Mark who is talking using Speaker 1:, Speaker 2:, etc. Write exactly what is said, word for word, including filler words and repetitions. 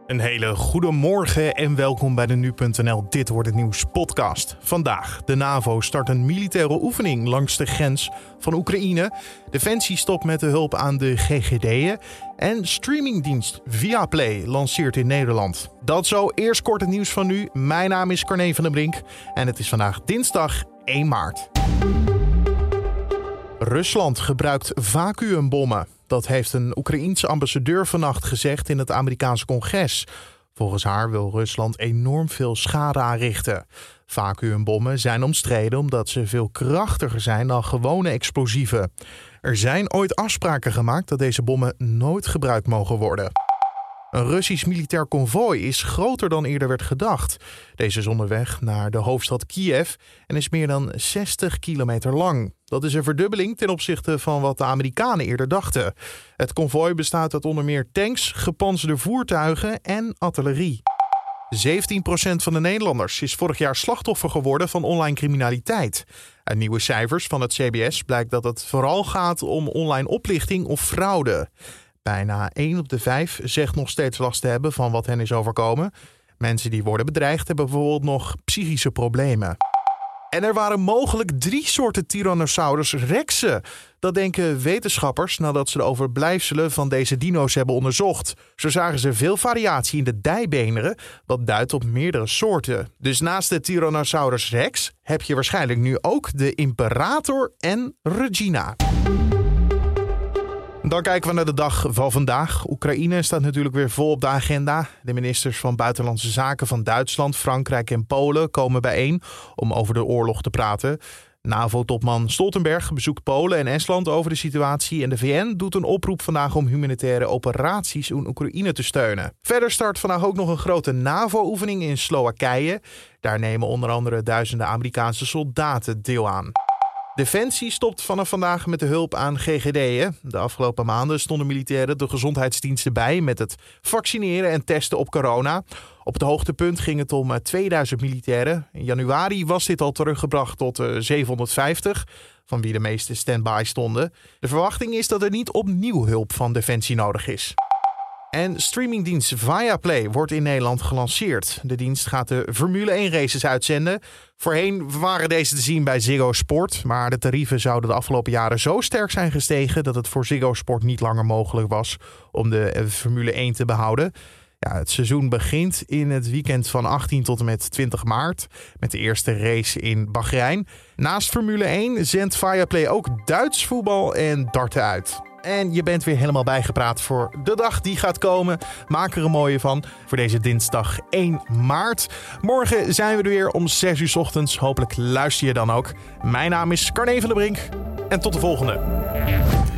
Speaker 1: Een hele goede morgen en welkom bij de nu punt n l Dit wordt het nieuws podcast. Vandaag, de NAVO start een militaire oefening langs de grens van Oekraïne. Defensie stopt met de hulp aan de G G D'en. En streamingdienst Viaplay lanceert in Nederland. Dat zo, eerst kort het nieuws van nu. Mijn naam is Carne van den Brink en het is vandaag dinsdag één maart. Rusland gebruikt vacuümbommen. Dat heeft een Oekraïense ambassadeur vannacht gezegd in het Amerikaanse congres. Volgens haar wil Rusland enorm veel schade aanrichten. Vacuümbommen zijn omstreden omdat ze veel krachtiger zijn dan gewone explosieven. Er zijn ooit afspraken gemaakt dat deze bommen nooit gebruikt mogen worden. Een Russisch militair konvooi is groter dan eerder werd gedacht. Deze is onderweg naar de hoofdstad Kiev en is meer dan zestig kilometer lang. Dat is een verdubbeling ten opzichte van wat de Amerikanen eerder dachten. Het konvooi bestaat uit onder meer tanks, gepantserde voertuigen en artillerie. zeventien procent van de Nederlanders is vorig jaar slachtoffer geworden van online criminaliteit. Uit nieuwe cijfers van het C B S blijkt dat het vooral gaat om online oplichting of fraude. Bijna één op de vijf zegt nog steeds last te hebben van wat hen is overkomen. Mensen die worden bedreigd hebben bijvoorbeeld nog psychische problemen. En er waren mogelijk drie soorten Tyrannosaurus rexen. Dat denken wetenschappers nadat ze de overblijfselen van deze dino's hebben onderzocht. Zo zagen ze veel variatie in de dijbeeneren, wat duidt op meerdere soorten. Dus naast de Tyrannosaurus rex heb je waarschijnlijk nu ook de Imperator en Regina. Dan kijken we naar de dag van vandaag. Oekraïne staat natuurlijk weer vol op de agenda. De ministers van Buitenlandse Zaken van Duitsland, Frankrijk en Polen komen bijeen om over de oorlog te praten. NAVO-topman Stoltenberg bezoekt Polen en Estland over de situatie. En de V N doet een oproep vandaag om humanitaire operaties in Oekraïne te steunen. Verder start vandaag ook nog een grote NAVO-oefening in Slowakije. Daar nemen onder andere duizenden Amerikaanse soldaten deel aan. Defensie stopt vanaf vandaag met de hulp aan G G D'en. De afgelopen maanden stonden militairen de gezondheidsdiensten bij met het vaccineren en testen op corona. Op het hoogtepunt ging het om tweeduizend militairen. In januari was dit al teruggebracht tot zevenhonderdvijftig, van wie de meeste stand-by stonden. De verwachting is dat er niet opnieuw hulp van Defensie nodig is. En streamingdienst Viaplay wordt in Nederland gelanceerd. De dienst gaat de Formule één races uitzenden. Voorheen waren deze te zien bij Ziggo Sport, maar de tarieven zouden de afgelopen jaren zo sterk zijn gestegen dat het voor Ziggo Sport niet langer mogelijk was om de Formule één te behouden. Ja, het seizoen begint in het weekend van achttien tot en met twintig maart met de eerste race in Bahrein. Naast Formule één zendt Viaplay ook Duits voetbal en darten uit. En je bent weer helemaal bijgepraat voor de dag die gaat komen. Maak er een mooie van voor deze dinsdag één maart. Morgen zijn we er weer om zes uur 's ochtends. Hopelijk luister je dan ook. Mijn naam is Carne van den Brink en tot de volgende.